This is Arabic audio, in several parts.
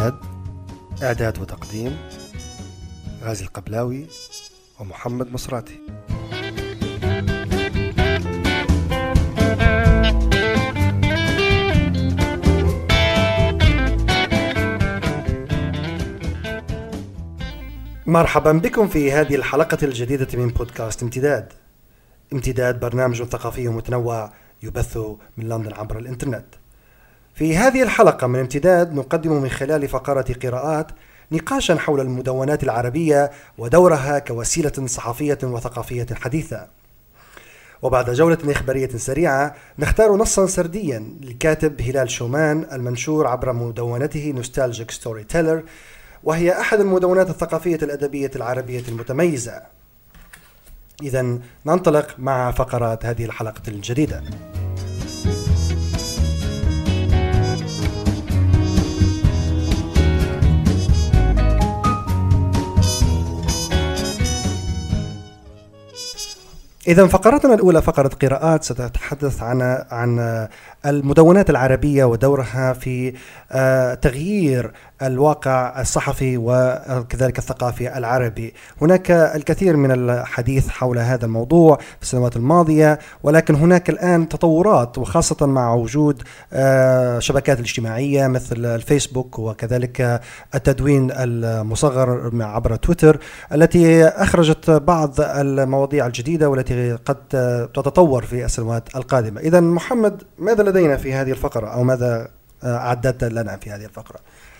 امتداد، إعداد وتقديم غازي القبلاوي ومحمد مصراتي. مرحبا بكم في هذه الحلقة الجديدة من بودكاست امتداد. امتداد برنامج ثقافي متنوع يبث من لندن عبر الإنترنت. في هذه الحلقة من امتداد نقدم من خلال فقرة قراءات نقاشا حول المدونات العربية ودورها كوسيلة صحفية وثقافية حديثة. وبعد جولة إخبارية سريعة نختار نصا سرديا للكاتب هلال شومان المنشور عبر مدونته نوستالجيك ستوري تيلر، وهي أحد المدونات الثقافية الأدبية العربية المتميزة. إذن ننطلق مع فقرات هذه الحلقة الجديدة. إذن فقرتنا الأولى فقرة قراءات ستتحدث عن المدونات العربية ودورها في تغيير الواقع الصحفي وكذلك الثقافي العربي. هناك الكثير من الحديث حول هذا الموضوع في السنوات الماضية، ولكن هناك الآن تطورات، وخاصة مع وجود شبكات الاجتماعية مثل الفيسبوك وكذلك التدوين المصغر عبر تويتر، التي أخرجت بعض المواضيع الجديدة والتي قد تتطور في السنوات القادمة. إذن محمد، ماذا لدينا في هذه الفقرة أو ماذا أعددت لنا في هذه الفقرة؟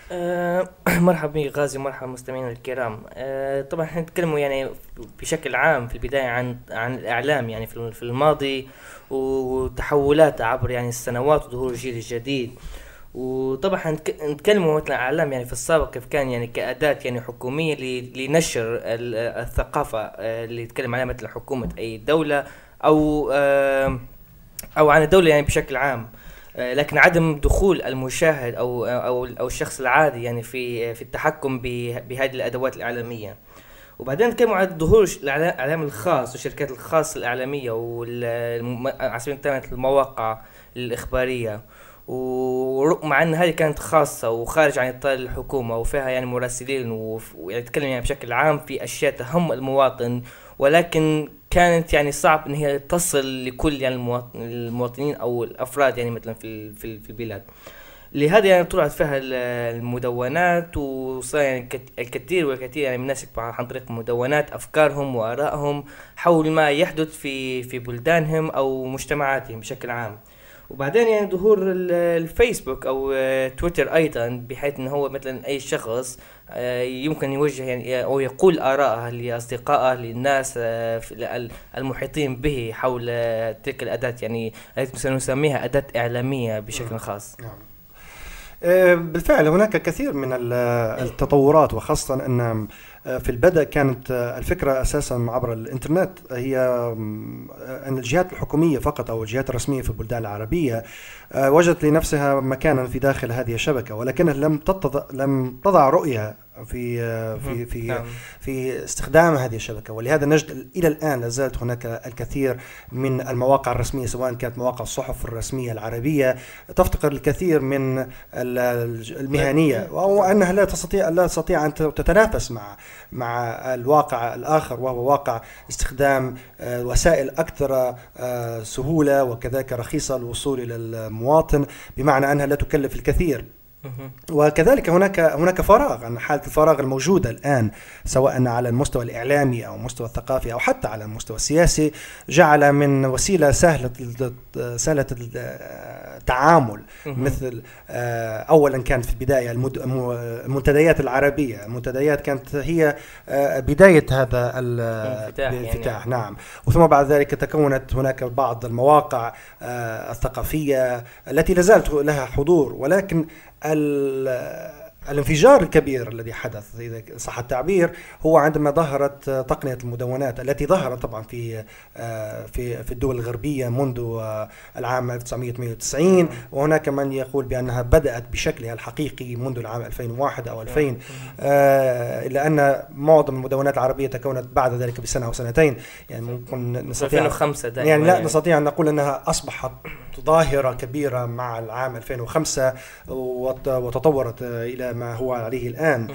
مرحبا بك غازي، مرحبا مستمعينا الكرام. طبعا نتكلم يعني بشكل عام في البداية عن الإعلام يعني في الماضي وتحولات عبر يعني السنوات وظهور الجيل الجديد. وطبعا نتكلموا مثلا اعلام يعني في السابق كيف كان يعني كأداة يعني حكومية لنشر الثقافة اللي يتكلم عليها مثل حكومة اي دولة او عن الدولة يعني بشكل عام، لكن عدم دخول المشاهد او الشخص العادي يعني في التحكم بهذه الادوات الاعلامية. وبعدين نتكلموا عن ظهور الاعلام الخاص والشركات الخاصة الاعلامية على سبيل المثال المواقع الاخبارية، ومع ان هذه كانت خاصة وخارج عن اطار الحكومة وفيها يعني مراسلين ويتكلم يعني بشكل عام في اشياء تهم المواطن، ولكن كانت يعني صعب ان هي تصل لكل يعني المواطنين او الافراد يعني مثلا في البلاد. لهذا يعني طلعت فيها المدونات، وصار يعني الكثير والكثير يعني من الناس عن طريق مدونات افكارهم وارائهم حول ما يحدث في بلدانهم او مجتمعاتهم بشكل عام. وبعدين يعني ظهور الفيسبوك او تويتر ايضا، بحيث ان هو مثلا اي شخص يمكن يوجه يعني او يقول آراءه لاصدقائه للناس المحيطين به حول تلك الاداة يعني التي نسميها اداة اعلامية بشكل خاص. بالفعل هناك كثير من التطورات، وخاصة أن في البدء كانت الفكرة أساسا عبر الإنترنت هي أن الجهات الحكومية فقط أو الجهات الرسمية في البلدان العربية وجدت لنفسها مكانا في داخل هذه الشبكة، ولكنها لم تضع رؤية في استخدام هذه الشبكة. ولهذا نجد إلى الآن لازالت هناك الكثير من المواقع الرسمية، سواء كانت مواقع الصحف الرسمية العربية، تفتقر الكثير من المهنية، أو أنها لا تستطيع أن تتنافس مع الواقع الآخر، وهو واقع استخدام وسائل أكثر سهولة وكذلك رخيصة للوصول إلى المواطن، بمعنى أنها لا تكلف الكثير. وكذلك هناك فراغ، عن حالة الفراغ الموجودة الآن سواء على المستوى الإعلامي أو المستوى الثقافي أو حتى على المستوى السياسي، جعل من وسيلة سهلة التعامل مثل أولا كانت في البداية المنتديات العربية. المنتديات كانت هي بداية هذا الانفتاح يعني. نعم. وثم بعد ذلك تكونت هناك بعض المواقع الثقافية التي لازالت لها حضور، ولكن الانفجار الكبير الذي حدث إذا صح التعبير هو عندما ظهرت تقنية المدونات، التي ظهرت طبعا في الدول الغربية منذ العام 1998، وهناك من يقول بأنها بدأت بشكلها الحقيقي منذ العام 2001 أو 2000، إلا أن معظم المدونات العربية تكونت بعد ذلك بسنة أو سنتين. يعني ممكن نستطيع 2005 يعني لا نستطيع أن نقول أنها أصبحت ظاهرة كبيرة مع العام 2005 وتطورت إلى ما هو عليه الآن.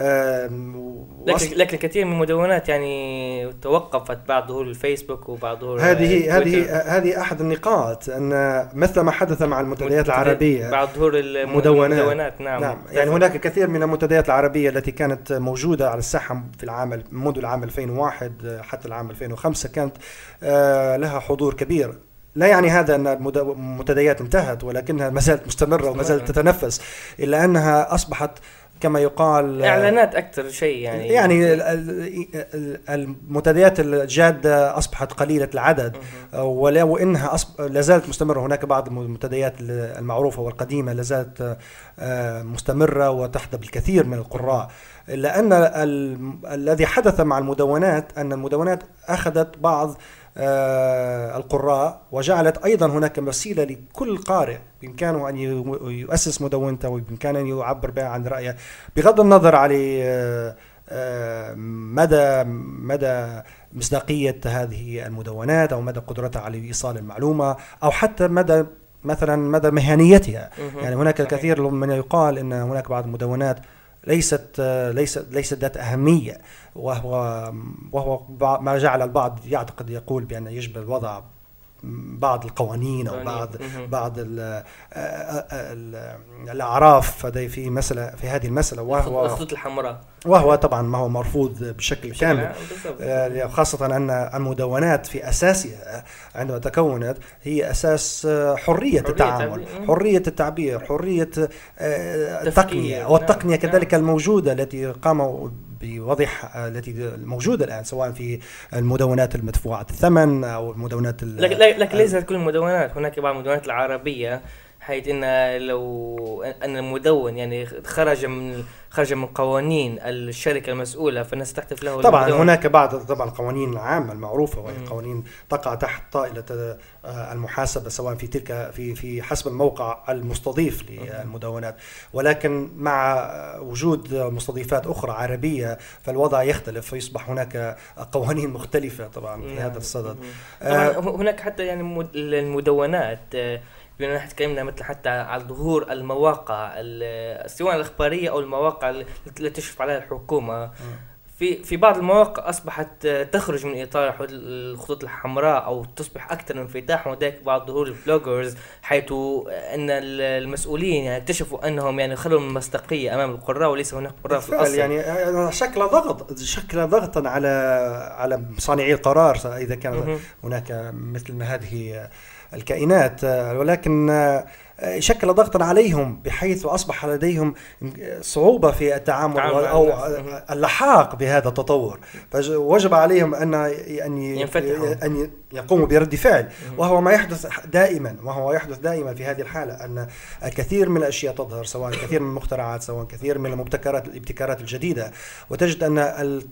لكن كثير من المدونات يعني توقفت بعد ظهور الفيسبوك وبعد ظهور هذه أحد النقاط، أن مثل ما حدث مع المنتديات العربية بعد ظهور المدونات. نعم. يعني هناك كثير من المنتديات العربية التي كانت موجودة على الساحة في منذ العام 2001 حتى العام 2005 كانت لها حضور كبير. لا يعني هذا أن المنتديات انتهت، ولكنها ما زالت مستمرة وما زالت تتنفس، إلا أنها أصبحت كما يقال إعلانات أكثر شيء. يعني المنتديات الجادة أصبحت قليلة العدد، ولو إنها لازالت مستمرة. هناك بعض المنتديات المعروفة والقديمة لازالت مستمرة وتحظى بالكثير من القراء، لأن الذي حدث مع المدونات أن المدونات أخذت بعض القراء وجعلت أيضا هناك وسيلة لكل قارئ بإمكانه أن يؤسس مدونته وبإمكانه أن يعبر بها عن رأيه بغض النظر على مدى مصداقية هذه المدونات أو مدى قدرتها على إيصال المعلومة أو حتى مدى مهنيتها. يعني هناك الكثير من يقال أن هناك بعض المدونات ليست ذات أهمية، وهو ما جعل البعض يقول بأن يجب الوضع بعض القوانين أو بعض الأعراف في هذه المسألة، وهو الخطوط الحمراء، وهو طبعا ما هو مرفوض بشكل كامل، خاصة أن المدونات في أساسها عندما تكونت هي أساس حرية التعامل، حرية التعبير، حرية التقنية، والتقنية كذلك الموجودة التي قاموا بوضعها التي موجودة الآن سواء في المدونات المدفوعة الثمن أو المدونات لكن ليست كل المدونات. هناك بعض المدونات العربية حيث ان لو ان المدون يعني خرج من قوانين الشركه المسؤوله فالناس تحتف له. طبعا هناك بعض القوانين العامه المعروفه، وهي قوانين تقع تحت طائله المحاسبه سواء في حسب الموقع المستضيف للمدونات، ولكن مع وجود مستضيفات اخرى عربيه فالوضع يختلف، فيصبح هناك قوانين مختلفه طبعا في هذا الصدد. هناك حتى يعني المدونات بما نحن تكلمنا مثل حتى على ظهور المواقع سواء الإخبارية أو المواقع التي تشرف عليها الحكومة. في بعض المواقع أصبحت تخرج من إطار الخطوط الحمراء أو تصبح أكثر انفتاح، وذلك بعض ظهور البلوجرز حيث أن المسؤولين يعني اكتشفوا أنهم يعني خلوا من مصداقية أمام القراء وليس هناك قراء في الأصل. يعني شكل ضغطا على صانعي القرار إذا كان هناك مثل هذه الكائنات، ولكن شكل ضغطا عليهم بحيث أصبح لديهم صعوبة في التعامل أو اللحاق بهذا التطور، فوجب عليهم أن يقوموا برد فعل، وهو ما يحدث دائما في هذه الحالة، أن الكثير من الأشياء تظهر، سواء كثير من المخترعات سواء كثير من الابتكارات الجديدة، وتجد أن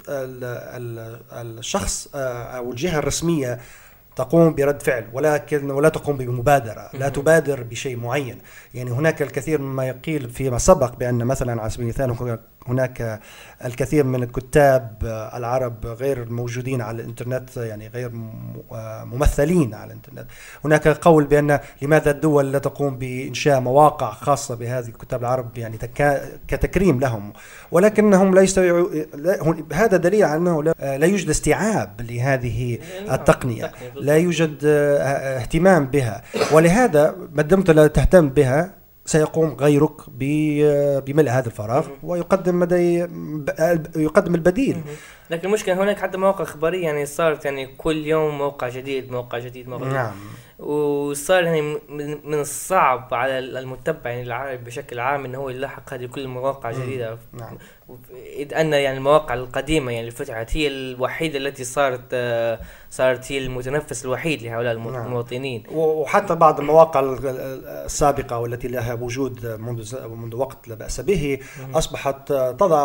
الشخص أو الجهة الرسمية تقوم برد فعل ولا تقوم بمبادرة، لا تبادر بشيء معين. يعني هناك الكثير مما يقيل فيما سبق بأن مثلا على سبيل المثال هناك الكثير من الكتاب العرب غير موجودين على الانترنت، يعني غير ممثلين على الانترنت. هناك قول بأن لماذا الدول لا تقوم بإنشاء مواقع خاصة بهذه الكتاب العرب يعني كتكريم لهم، ولكنهم هذا دليل على أنه لا يوجد استيعاب لهذه التقنية، لا يوجد اهتمام بها، ولهذا ما دمت لا تهتم بها سيقوم غيرك بملء هذا الفراغ ويقدم البديل. لكن المشكلة هناك حتى مواقع إخبارية يعني صارت يعني كل يوم موقع جديد. نعم. وصار يعني من الصعب على المتابع يعني العربي بشكل عام إنه هو يلاحق هذه كل المواقع جديدة. نعم. إذ أن يعني المواقع القديمة يعني الفتحت هي الوحيدة التي صارت هي المتنفس الوحيد لهؤلاء المواطنين. وحتى بعض المواقع السابقة والتي لها وجود منذ وقت لا بأس به أصبحت تضع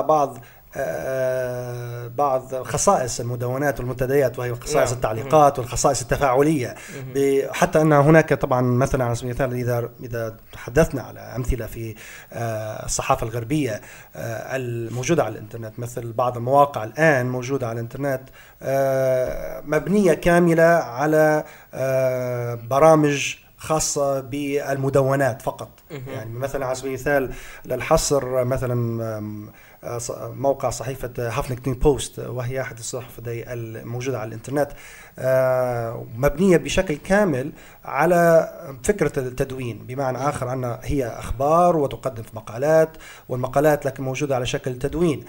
بعض خصائص المدونات والمنتديات، وهي خصائص التعليقات والخصائص التفاعلية، حتى أن هناك طبعا مثلا على سبيل المثال إذا تحدثنا على أمثلة في الصحافة الغربية الموجودة على الإنترنت، مثل بعض المواقع الآن موجودة على الإنترنت مبنية كاملة على برامج خاصة بالمدونات فقط. يعني مثلا على سبيل المثال للحصر مثلا موقع صحيفة هافنجتون بوست، وهي أحد الصحف الموجودة على الإنترنت، مبنية بشكل كامل على فكرة التدوين، بمعنى آخر أن هي أخبار وتقدم في مقالات، والمقالات لكن موجودة على شكل تدوين.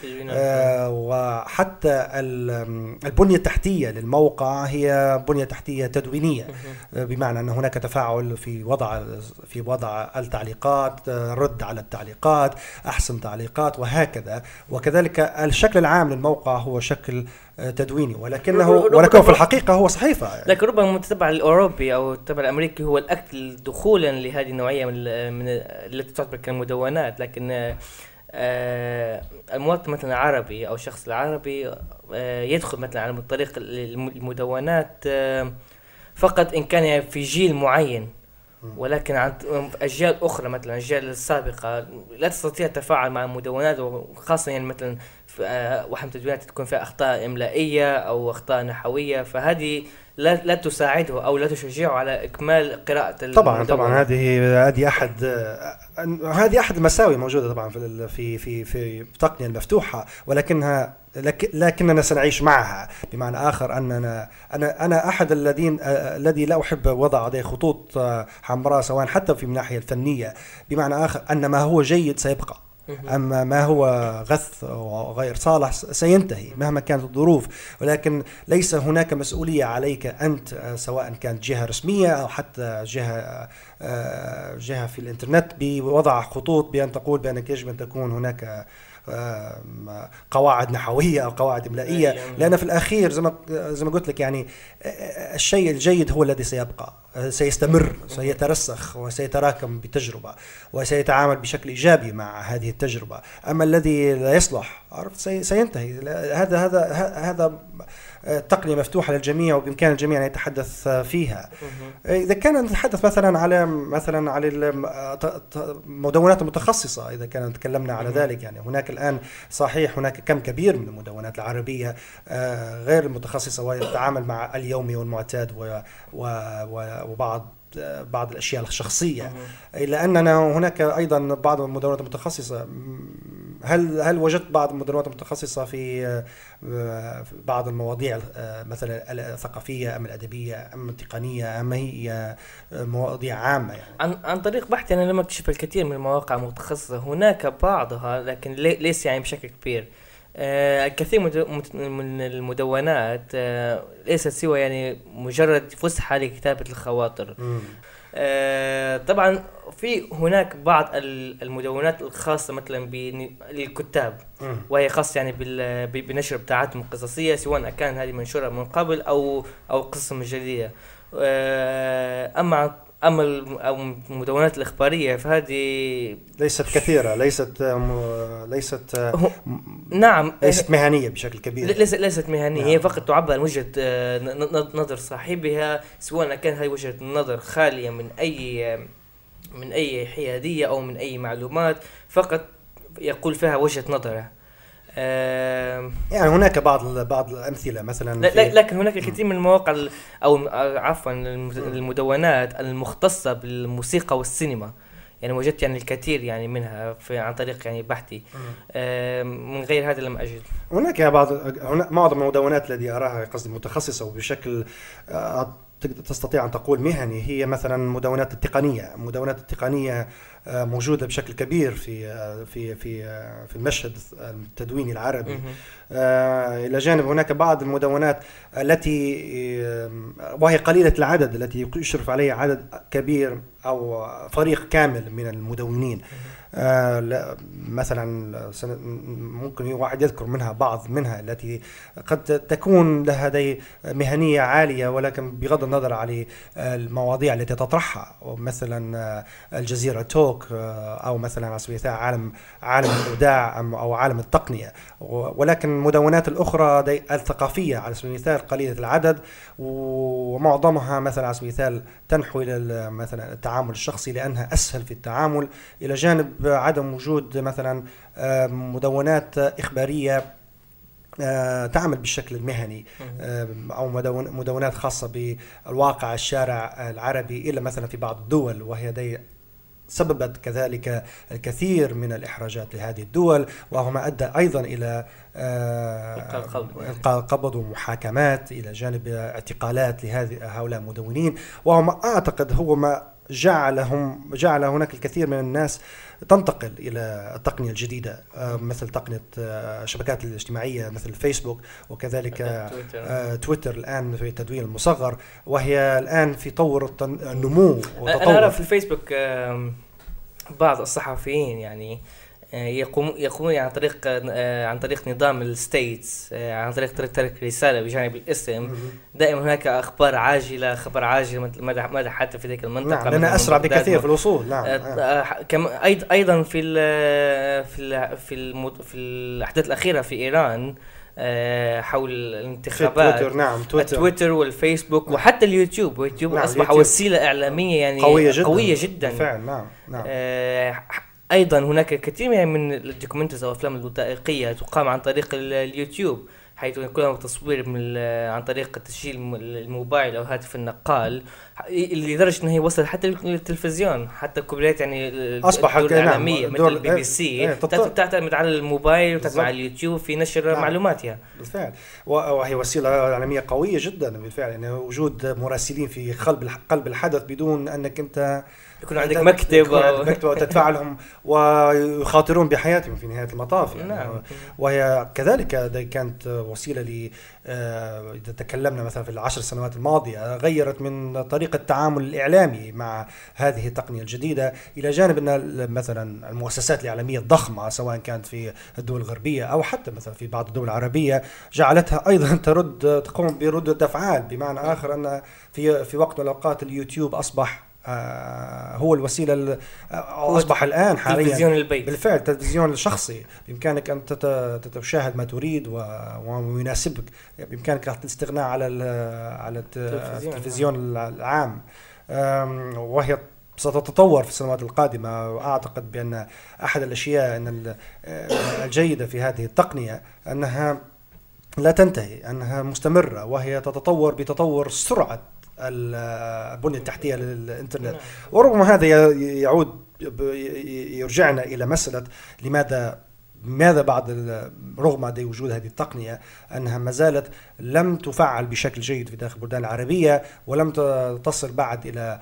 وحتى البنية التحتية للموقع هي بنية تحتية تدوينية، بمعنى أن هناك تفاعل في وضع التعليقات، رد على التعليقات، أحسن تعليقات وهكذا. وكذلك الشكل العام للموقع هو شكل تدويني، ولكنه في الحقيقة هو صحيفة. لكن ربما المتتبع الأوروبي أو التبع الأمريكي هو الأكثر دخولا لهذه النوعية من التي تعتبر كمدونات. لكن المواطن مثلا العربي أو الشخص العربي يدخل مثلا على طريق المدونات فقط إن كان في جيل معين، ولكن عن أجيال أخرى مثلا الأجيال السابقة لا تستطيع التفاعل مع المدونات، وخاصة يعني مثلا واحد من التدوينات تكون فيها أخطاء إملائية أو أخطاء نحوية، فهذه لا تساعده أو لا تشجعه على إكمال قراءة طبعا هذه أحد المساوئ موجودة طبعا في التقنية المفتوحة، لكننا سنعيش معها. بمعنى آخر أنا أحد الذي لا أحب وضع هذه خطوط حمراء سواء حتى في الناحية الفنية، بمعنى آخر أن ما هو جيد سيبقى، أما ما هو غث وغير صالح سينتهي مهما كانت الظروف. ولكن ليس هناك مسؤولية عليك أنت، سواء كانت جهة رسمية أو حتى جهة في الإنترنت، بوضع خطوط بأن تقول بأنك يجب أن تكون هناك قواعد نحوية أو قواعد إملائية، لأن في الأخير زي ما قلت لك يعني الشيء الجيد هو الذي سيبقى، سيستمر، سيترسخ وسيتراكم بالتجربة وسيتعامل بشكل إيجابي مع هذه التجربة. أما الذي لا يصلح سينتهي. هذا تقنية مفتوحة للجميع وبإمكان الجميع أن يتحدث فيها. إذا كان نتحدث مثلا على المدونات المتخصصة، إذا كان تكلمنا على ذلك، يعني هناك الآن صحيح هناك كم كبير من المدونات العربية غير المتخصصة وتتعامل مع اليومي والمعتاد وبعض الأشياء الشخصية، إلا أننا هناك أيضا بعض المدونات المتخصصة. هل وجدت بعض المدونات المتخصصة في بعض المواضيع مثلا الثقافية أم الأدبية أم التقنية أم هي مواضيع عامة؟ يعني عن طريق بحثي أنا لم أكتشف الكثير من المواقع المتخصصة، هناك بعضها لكن ليس يعني بشكل كبير. الكثير من المدونات ليست سوى يعني مجرد فسحة لكتابة الخواطر. طبعا في هناك بعض المدونات الخاصة مثلا بالكتاب، وهي خاصة يعني بنشر ابداعاتهم القصصية، سواء كان هذه منشورة من قبل أو قصص مجلدية. أما المدونات الإخبارية فهذه ليست كثيرة، نعم ليست مهنية بشكل كبير، ليست مهنية. نعم. هي فقط تعبر عن وجهة نظر صاحبها، سواء كان هذه وجهة النظر خالية من أي حيادية أو من أي معلومات، فقط يقول فيها وجهة نظره. يعني هناك بعض الأمثلة مثلا لكن هناك الكثير من المواقع أو عفوا المدونات المختصة بالموسيقى والسينما، يعني وجدت يعني الكثير يعني منها عن طريق يعني بحثي. من غير هذا لم أجد. هناك معظم المدونات التي أراها قصدي متخصصة وبشكل تستطيع أن تقول مهني، هي مثلا مدونات التقنية موجودة بشكل كبير في المشهد التدويني العربي. إلى جانب هناك بعض المدونات التي وهي قليلة العدد، التي يشرف عليها عدد كبير أو فريق كامل من المدونين. مثلا ممكن واحد يذكر بعض منها التي قد تكون لها مهنية عالية، ولكن بغض النظر عن المواضيع التي تطرحها، مثلا الجزيرة توك، أو مثلا على سبيل المثال عالم الإبداع أو عالم التقنية. ولكن المدونات الأخرى الثقافية على سبيل المثال قليلة العدد، ومعظمها مثلا على سبيل المثال تنحو إلى مثلا التعامل الشخصي لأنها أسهل في التعامل، إلى جانب عدم وجود مثلا مدونات إخبارية تعمل بالشكل المهني، أو مدونات خاصة بالواقع الشارع العربي، إلا مثلا في بعض الدول، وهي دي سببت كذلك الكثير من الإحراجات لهذه الدول، وهو ما أدى أيضا إلى إلقاء القبض ومحاكمات، إلى جانب اعتقالات لهؤلاء المدونين. وهو ما أعتقد هو ما جعل هناك الكثير من الناس تنتقل إلى التقنية الجديدة، مثل تقنية الشبكات الاجتماعية مثل الفيسبوك، وكذلك تويتر الآن في التدوين المصغر، وهي الآن في طور النمو وتطور. أنا أعرف في الفيسبوك بعض الصحفيين يعني يقومون عن طريق نظام الستيتس، عن طريق ترك رسالة بجانب الاسم. دائما هناك خبر عاجلة ماذا حدث في ذلك المنطقة. نعم، لأنها أسرع بكثير في الوصول. نعم. أيضا في الأحداث الأخيرة في إيران حول الانتخابات، تويتر. نعم، تويتر والفيسبوك. نعم. وحتى اليوتيوب أصبح وسيلة إعلامية يعني قوية جدا. بالفعل. نعم. أيضا هناك كثير من الدوكيومنتريز أو أفلام الوثائقية تقام عن طريق اليوتيوب، حيث يكون تصوير عن طريق تسجيل الموبايل أو هاتف النقال، لدرجة أنها وصلت حتى للتلفزيون، حتى كبريات يعني أصبح العالمية مثل البي بي سي تعتمد على الموبايل وتعتمد على اليوتيوب في نشر معلوماتها. بالفعل، وهي وسيلة إعلامية قوية جدا بالفعل. يعني وجود مراسلين في قلب الحدث بدون أنك أنت يكون عندك مكتب وتدفع لهم ويخاطرون بحياتهم في نهاية المطاف يعني. نعم. وهي كذلك كانت وسيلة إذا تكلمنا مثلا في 10 سنوات الماضية، غيرت من طريقة التعامل الإعلامي مع هذه التقنية الجديدة، إلى جانب أن مثلا المؤسسات الإعلامية الضخمة سواء كانت في الدول الغربية أو حتى مثلا في بعض الدول العربية، جعلتها أيضا تقوم بردة أفعال. بمعنى آخر أن في وقت من الأوقات اليوتيوب أصبح هو الوسيلة أصبح الآن حاليا تلفزيون البيت، بالفعل تلفزيون الشخصي. بإمكانك أن تشاهد ما تريد ويناسبك، بإمكانك الاستغناء على التلفزيون العام. وهي ستتطور في السنوات القادمة. وأعتقد بأن أحد الأشياء الجيدة في هذه التقنية أنها لا تنتهي، أنها مستمرة، وهي تتطور بتطور سرعة البنية التحتية للإنترنت. ورغم هذا يرجعنا إلى مسألة لماذا رغم وجود هذه التقنية أنها ما زالت لم تفعل بشكل جيد في داخل البلدان العربية، ولم تصل بعد إلى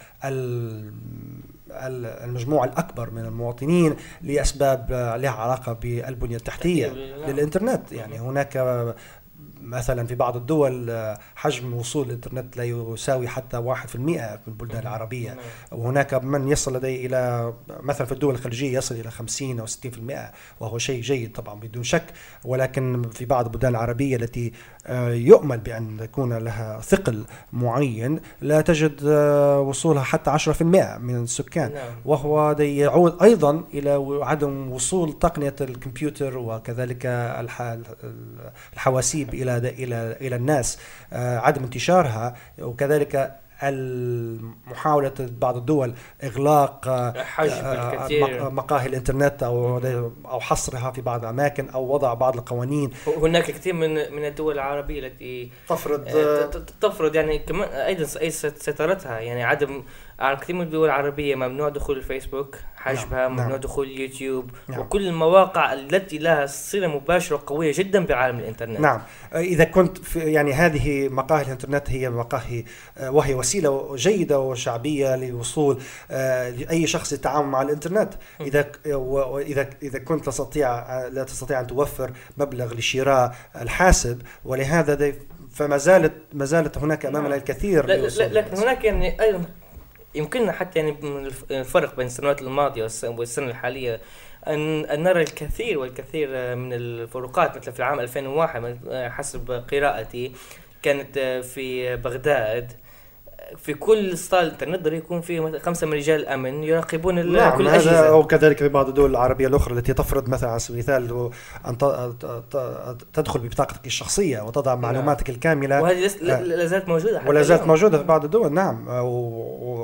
المجموع الأكبر من المواطنين لأسباب لها علاقة بالبنية التحتية للإنترنت. يعني هناك مثلا في بعض الدول حجم وصول الإنترنت لا يساوي حتى 1% في البلدان العربية، وهناك من يصل لديه إلى مثلا في الدول الخليجية يصل إلى 50 أو 60%، وهو شيء جيد طبعا بدون شك. ولكن في بعض البلدان العربية التي يؤمل بأن يكون لها ثقل معين لا تجد وصولها حتى 10% من السكان، وهو يعود أيضا إلى عدم وصول تقنية الكمبيوتر وكذلك الحواسيب إلى الناس، عدم انتشارها، وكذلك محاولة بعض الدول إغلاق مقاهي الإنترنت أو حصرها في بعض الأماكن أو وضع بعض القوانين. هناك كثير من الدول العربية التي تفرض يعني كمان أيضا سيطرتها، يعني عدم على كثير من الدول العربية ممنوع دخول الفيسبوك، حجبها ممنوع دخول اليوتيوب وكل المواقع التي لها صلة مباشرة وقوية جدا بعالم الإنترنت. نعم، إذا كنت يعني هذه مقاهي الإنترنت هي مقاهي وهي وسيلة جيدة وشعبية لوصول لأي شخص يتعامل مع الإنترنت. إذا كنت لا تستطيع أن توفر مبلغ لشراء الحاسب، ولهذا فما زالت هناك أمامنا الكثير. لكن هناك يعني أيضا يمكننا حتى يعني الفرق بين السنوات الماضية والسنة الحالية أن نرى الكثير والكثير من الفروقات. مثل في العام 2001 حسب قراءتي كانت في بغداد في كل صال انترنت يكون فيه 5 من رجال الأمن يراقبون كل الأجهزة. وكذلك في بعض الدول العربية الأخرى التي تفرض مثلا على سبيل المثال أن تدخل ببطاقتك الشخصية وتضع معلوماتك الكاملة، وهذه لا زالت موجودة ولا زالت موجودة في بعض الدول. نعم،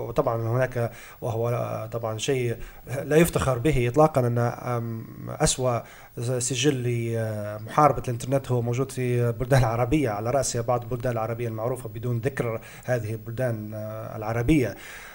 وطبعا هناك، وهو طبعا شيء لا يفتخر به إطلاقا، أن أسوأ سجل لمحاربة الإنترنت هو موجود في البلدان العربية، على رأسها بعض البلدان العربية المعروفة بدون ذكر هذه البلدان العربية.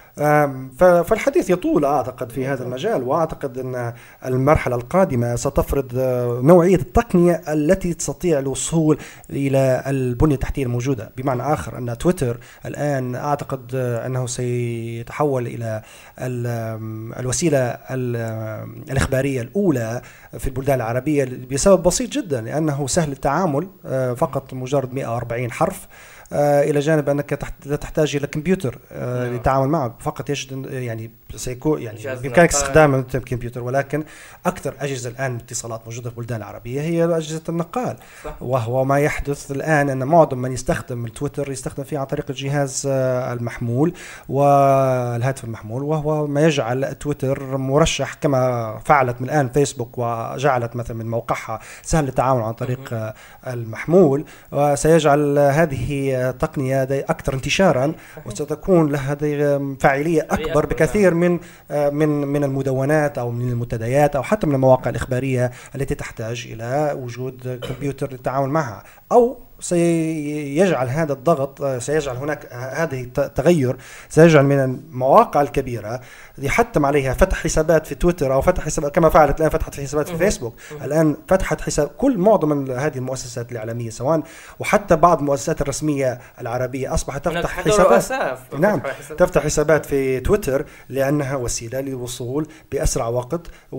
فالحديث يطول أعتقد في هذا المجال، وأعتقد أن المرحلة القادمة ستفرض نوعية التقنية التي تستطيع الوصول إلى البنية التحتية الموجودة. بمعنى آخر أن تويتر الآن أعتقد أنه سيتحول إلى الوسيلة الإخبارية الأولى في البلدان العربية بسبب بسيط جدا، لأنه سهل التعامل، فقط مجرد 140 حرف، إلى جانب أنك لا تحتاج إلى كمبيوتر للتعامل معه، فقط يجد يعني سيكون يعني بإمكانك استخدام الكمبيوتر. ولكن أكثر أجهزة الآن اتصالات موجودة في البلدان العربية هي أجهزة النقال، وهو ما يحدث الآن أن معظم من يستخدم التويتر يستخدم فيه عن طريق الجهاز المحمول والهاتف المحمول، وهو ما يجعل تويتر مرشح كما فعلت من الآن فيسبوك وجعلت مثلا من موقعها سهل التعامل عن طريق المحمول، وسيجعل هذه تقنية أكثر انتشارا، وستكون لها فاعلية أكبر بكثير من المدونات أو من المنتديات أو حتى من المواقع الإخبارية التي تحتاج إلى وجود كمبيوتر للتعامل معها. أو سيجعل هذا الضغط، سيجعل هناك هذه التغير، سيجعل من المواقع الكبيرة يحتم عليها فتح حسابات في تويتر أو فتح حساب كما فعلت الآن فتحت حسابات في فيسبوك. الآن فتحت حساب معظم من هذه المؤسسات الإعلامية سواء، وحتى بعض المؤسسات الرسمية العربية أصبحت تفتح حسابات. نعم، تفتح حسابات في تويتر لأنها وسيلة للوصول بأسرع وقت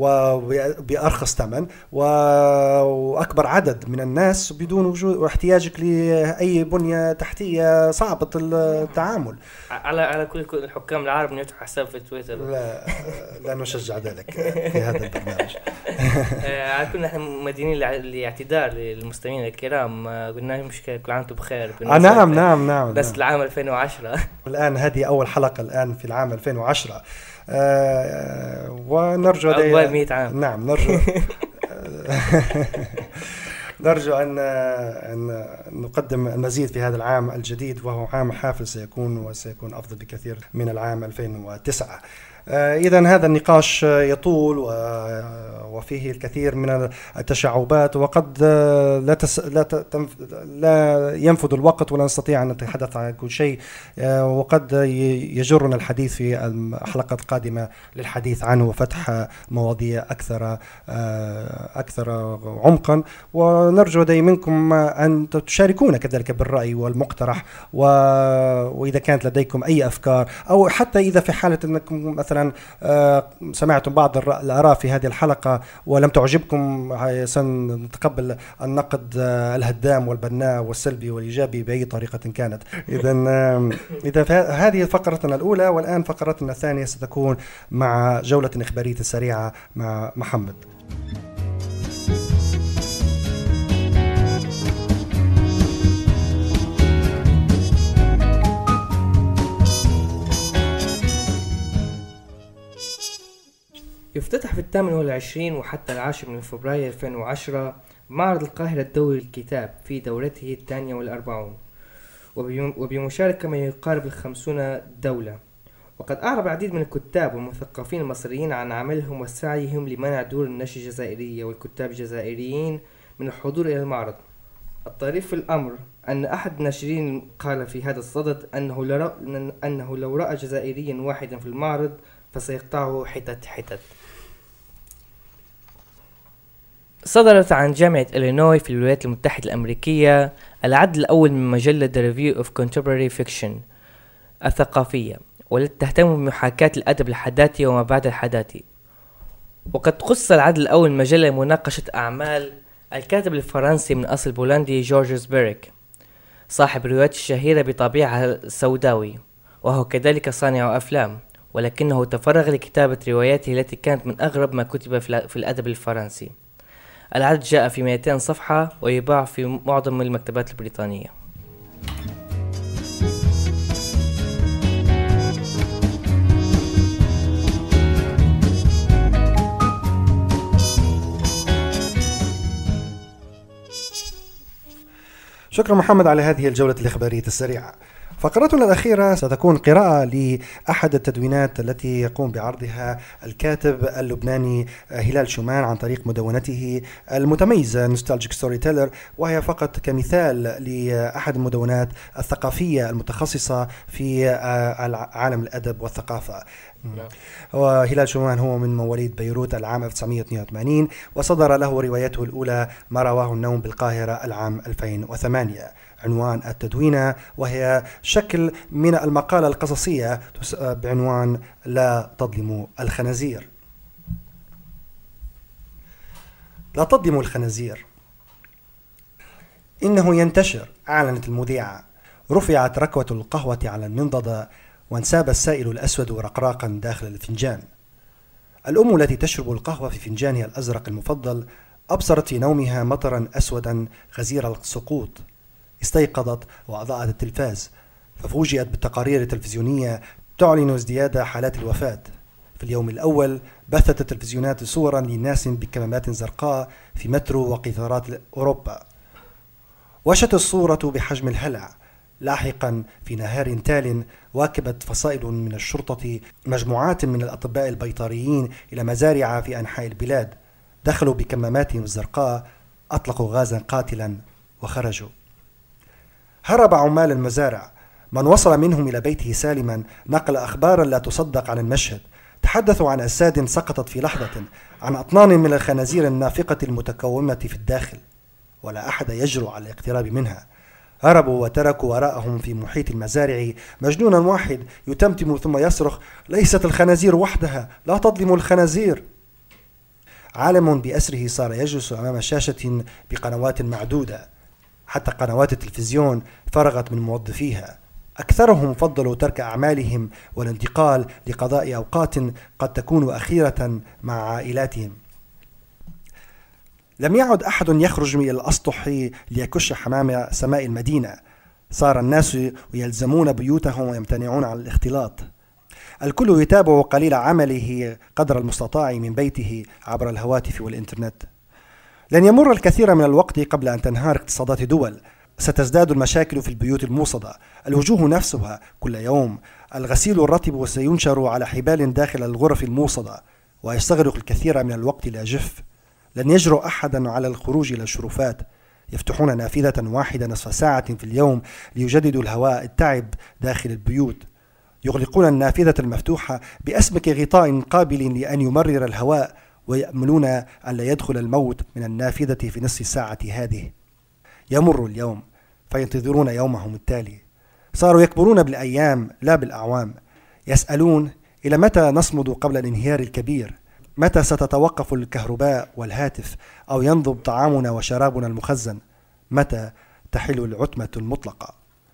وبأرخص ثمن وأكبر عدد من الناس بدون وجود واحتياجك لأي بنية تحتية صعبة التعامل. على كل الحكام العرب أن يفتحوا حساب في تويتر. لا نشجع ذلك في هذا البرنامج. على كل نحن مدينين لاعتذار للمستمعين الكرام، قلنا مشكلة كل عام وانتم بخير. نعم بس العام 2010 الآن هذه أول حلقة الآن في العام 2010، ونرجو أول 100 عام. نعم نرجو أن نقدم المزيد في هذا العام الجديد، وهو عام حافل سيكون أفضل بكثير من العام 2009. إذن هذا النقاش يطول وفيه الكثير من التشعبات، وقد لا ينفذ الوقت ولا نستطيع أن نتحدث عن كل شيء، وقد يجرنا الحديث في الحلقة القادمة للحديث عنه وفتح مواضيع أكثر عمقا. ونرجو منكم أن تشاركونا كذلك بالرأي والمقترح، وإذا كانت لديكم أي أفكار، أو حتى إذا في حالة أنكم مثلا سمعتم بعض الآراء في هذه الحلقة ولم تعجبكم، سنتقبل النقد الهدام والبناء والسلبي والإيجابي بأي طريقة كانت. إذا هذه فقرتنا الأولى، والآن فقرتنا الثانية ستكون مع جولة إخبارية سريعة مع محمد. يفتتح في 28 وحتى 10 من فبراير 2010 معرض القاهرة الدولي للكتاب في دورته 42، وبمشاركة ما يقارب 50 دولة. وقد أعرب العديد من الكتاب والمثقفين المصريين عن عملهم وسعيهم لمنع دور النشر الجزائرية والكتاب الجزائريين من الحضور إلى المعرض. الطريف في الأمر أن أحد الناشرين قال في هذا الصدد أنه لو رأى جزائريا واحدا في المعرض فسيقطعه حتت. صدرت عن جامعة إلينوي في الولايات المتحدة الأمريكية العدد الأول من مجلة The Review of Contemporary Fiction الثقافية، والتي تهتم بمحاكاة الأدب الحداثي وما بعد الحداثي. وقد خص العدد الأول من المجلة لمناقشة أعمال الكاتب الفرنسي من أصل بولندي جورج بيريك، صاحب الروايات الشهيرة بطابعها السوداوي، وهو كذلك صانع أفلام، ولكنه تفرغ لكتابة رواياته التي كانت من أغرب ما كتب في الأدب الفرنسي. العدد جاء في 200 صفحة ويباع في معظم المكتبات البريطانية. شكرا محمد على هذه الجولة الإخبارية السريعة. فقرتنا الأخيرة ستكون قراءة لأحد التدوينات التي يقوم بعرضها الكاتب اللبناني هلال شومان عن طريق مدونته المتميزة نوستالجيك ستوري تيلر، وهي فقط كمثال لأحد المدونات الثقافية المتخصصة في عالم الأدب والثقافة. وهلال شومان هو من مواليد بيروت العام 1982، وصدر له روايته الأولى ما رواه النوم بالقاهرة العام 2008. عنوان التدوينة وهي شكل من المقالة القصصية بعنوان لا تظلموا الخنازير. لا تظلموا الخنازير. إنه ينتشر، أعلنت المذيعة. رفعت ركوة القهوة على المنضدة وانساب السائل الأسود رقراقا داخل الفنجان. الأم التي تشرب القهوة في فنجانها الأزرق المفضل أبصرت في نومها مطرا أسودا غزير السقوط. استيقظت وأضاءت التلفاز، ففوجئت بالتقارير التلفزيونية تعلن ازدياد حالات الوفاة. في اليوم الأول بثت التلفزيونات صورا لناس بكمامات زرقاء في مترو وقطارات أوروبا. وشت الصورة بحجم الهلع. لاحقا في نهار تال واكبت فصائل من الشرطة مجموعات من الأطباء البيطريين إلى مزارع في أنحاء البلاد. دخلوا بكماماتهم الزرقاء، أطلقوا غازا قاتلا وخرجوا. هرب عمال المزارع. من وصل منهم إلى بيته سالما نقل أخبارا لا تصدق عن المشهد. تحدثوا عن أجساد سقطت في لحظة، عن أطنان من الخنازير النافقة المتكومة في الداخل، ولا أحد يجرؤ على الاقتراب منها. هربوا وتركوا وراءهم في محيط المزارع مجنونا واحد يتمتم ثم يصرخ: ليست الخنازير وحدها، لا تظلموا الخنازير. عالم بأسره صار يجلس أمام شاشة بقنوات معدودة، حتى قنوات التلفزيون فرغت من موظفيها. أكثرهم فضلوا ترك أعمالهم والانتقال لقضاء أوقات قد تكون أخيرة مع عائلاتهم. لم يعد أحد يخرج من الأسطح ليكش حمام سماء المدينة. صار الناس يلزمون بيوتهم ويمتنعون عن الاختلاط. الكل يتابع قليل عمله قدر المستطاع من بيته عبر الهواتف والإنترنت. لن يمر الكثير من الوقت قبل أن تنهار اقتصادات دول. ستزداد المشاكل في البيوت الموصدة، الوجوه نفسها كل يوم. الغسيل الرطب سينشر على حبال داخل الغرف الموصدة، ويستغرق الكثير من الوقت لا جف. لن يجرؤ أحدا على الخروج إلى الشرفات. يفتحون نافذة واحدة نصف ساعة في اليوم ليجددوا الهواء التعب داخل البيوت. يغلقون النافذة المفتوحة بأسمك غطاء قابل لأن يمرر الهواء، ويأملون أن لا يدخل الموت من النافذة في نصف ساعة هذه. يمر اليوم فينتظرون يومهم التالي. صاروا يكبرون بالأيام لا بالأعوام. يسألون: إلى متى نصمد قبل الانهيار الكبير؟ متى ستتوقف الكهرباء والهاتف أو ينضب طعامنا وشرابنا المخزن؟ متى تحل العتمة المطلقة؟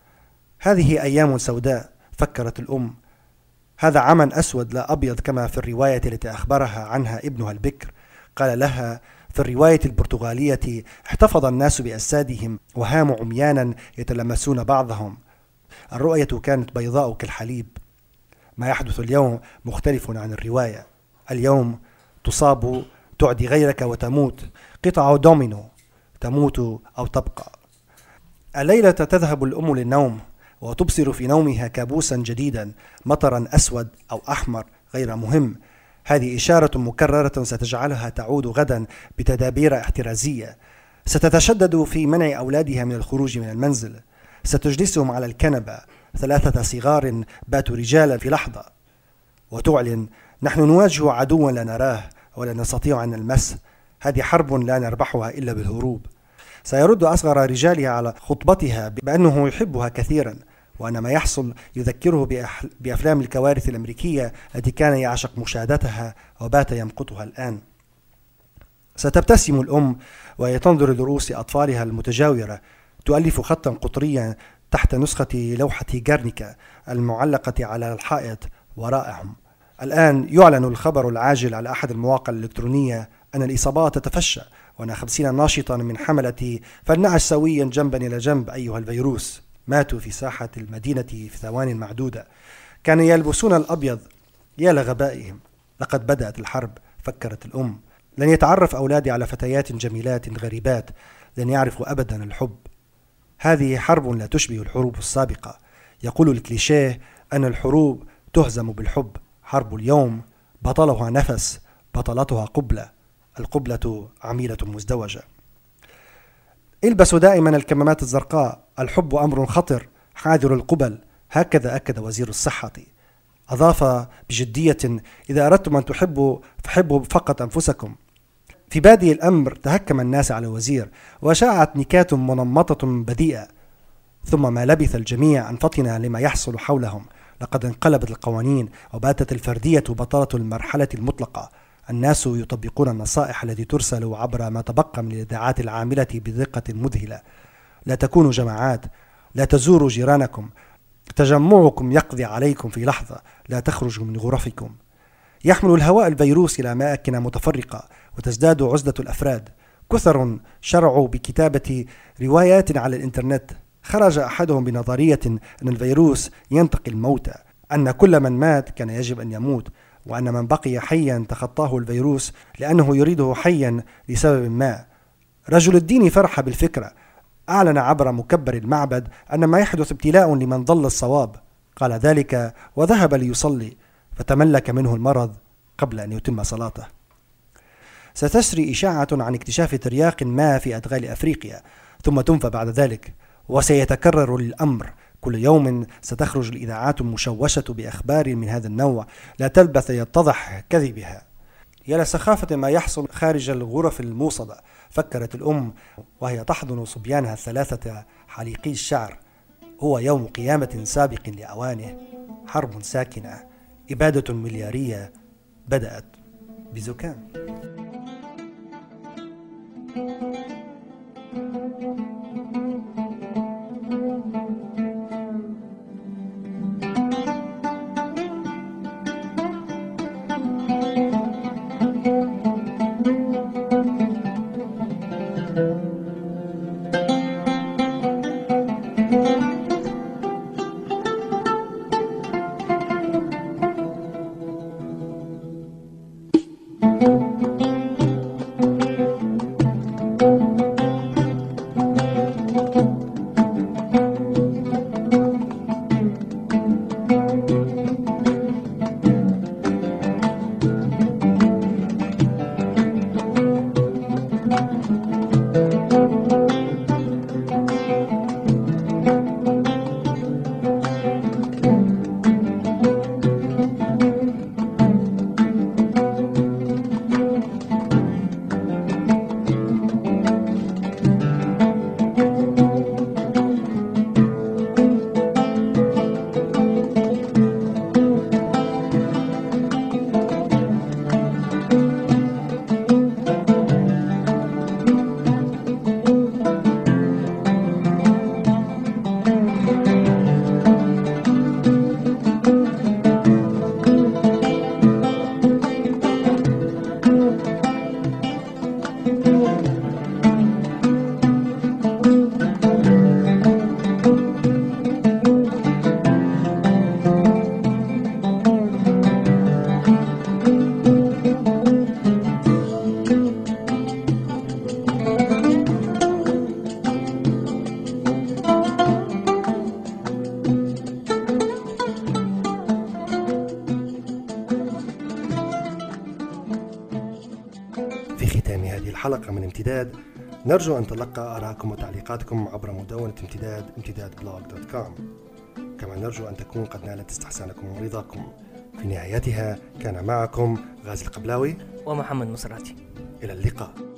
هذه أيام سوداء، فكرت الأم. هذا عمى أسود لا أبيض كما في الرواية التي أخبرها عنها ابنها البكر. قال لها في الرواية البرتغالية: احتفظ الناس بأجسادهم وهاموا عميانا يتلمسون بعضهم. الرؤية كانت بيضاء كالحليب. ما يحدث اليوم مختلف عن الرواية. اليوم تصاب، تعدي غيرك وتموت. قطع دومينو، تموت أو تبقى. الليلة تذهب الأم للنوم وتبصر في نومها كابوسا جديدا، مطرا أسود أو أحمر غير مهم. هذه إشارة مكررة ستجعلها تعود غدا بتدابير احترازية. ستتشدد في منع أولادها من الخروج من المنزل. ستجلسهم على الكنبة 3 صغار باتوا رجالا في لحظة، وتعلن: نحن نواجه عدوا لا نراه ولا نستطيع أن نلمسه. هذه حرب لا نربحها إلا بالهروب. سيرد أصغر رجالها على خطبتها بأنه يحبها كثيرا، وأن ما يحصل يذكره بأفلام الكوارث الأمريكية التي كان يعشق مشاهدتها وبات يمقتها الآن. ستبتسم الأم وهي تنظر لرؤوس أطفالها المتجاورة، تؤلف خطا قطريا تحت نسخة لوحة جارنيكا المعلقة على الحائط وراءهم. الآن يعلن الخبر العاجل على أحد المواقع الإلكترونية أن الإصابات تتفشى، وأن 50 ناشطا من حملة فلنعش سويا جنبا إلى جنب أيها الفيروس ماتوا في ساحة المدينة في ثوان معدودة. كانوا يلبسون الأبيض. يا لغبائهم، لقد بدأت الحرب، فكرت الأم. لن يتعرف أولادي على فتيات جميلات غريبات، لن يعرفوا أبدا الحب. هذه حرب لا تشبه الحروب السابقة. يقول الكليشيه أن الحروب تهزم بالحب. حرب اليوم بطلها نفس، بطلتها قبلة، القبلة عميلة مزدوجة. البسوا دائما الكمامات الزرقاء، الحب أمر خطر حاذر القبل، هكذا أكد وزير الصحة. أضاف بجدية: إذا أردتم أن تحبوا فحبوا فقط أنفسكم. في بادئ الأمر تهكم الناس على الوزير وشاعت نكات منمطة بذيئة، ثم ما لبث الجميع أن فطن لما يحصل حولهم. لقد انقلبت القوانين وباتت الفردية بطلة المرحلة المطلقة. الناس يطبقون النصائح التي ترسل عبر ما تبقى من الإذاعات العاملة بدقة مذهلة. لا تكونوا جماعات، لا تزوروا جيرانكم، تجمعكم يقضي عليكم في لحظة، لا تخرجوا من غرفكم. يحمل الهواء الفيروس إلى أماكن متفرقة وتزداد عزلة الأفراد. كثر شرعوا بكتابة روايات على الإنترنت. خرج أحدهم بنظرية أن الفيروس ينتقي الموتى، أن كل من مات كان يجب أن يموت، وأن من بقي حيا تخطاه الفيروس لأنه يريده حيا لسبب ما. رجل الدين فرح بالفكرة، أعلن عبر مكبر المعبد أن ما يحدث ابتلاء لمن ضل الصواب. قال ذلك وذهب ليصلي، فتملك منه المرض قبل أن يتم صلاته. ستسري إشاعة عن اكتشاف ترياق ما في أدغال أفريقيا، ثم تنفى بعد ذلك، وسيتكرر الأمر. كل يوم ستخرج الإذاعات المشوشة بأخبار من هذا النوع لا تلبث يتضح كذبها. يا لسخافة ما يحصل خارج الغرف الموصدة، فكرت الأم وهي تحضن صبيانها الثلاثة حليقي الشعر. هو يوم قيامة سابق لأوانه، حرب ساكنة، إبادة مليارية بدأت بزكام. في ختام هذه الحلقة من امتداد، نرجو أن تلقى آراءكم وتعليقاتكم عبر مدونة امتداد blog.com. كما نرجو أن تكون قد نالت استحسانكم ورضاكم. في نهايتها كان معكم غازي القبلاوي ومحمد مصراتي. إلى اللقاء.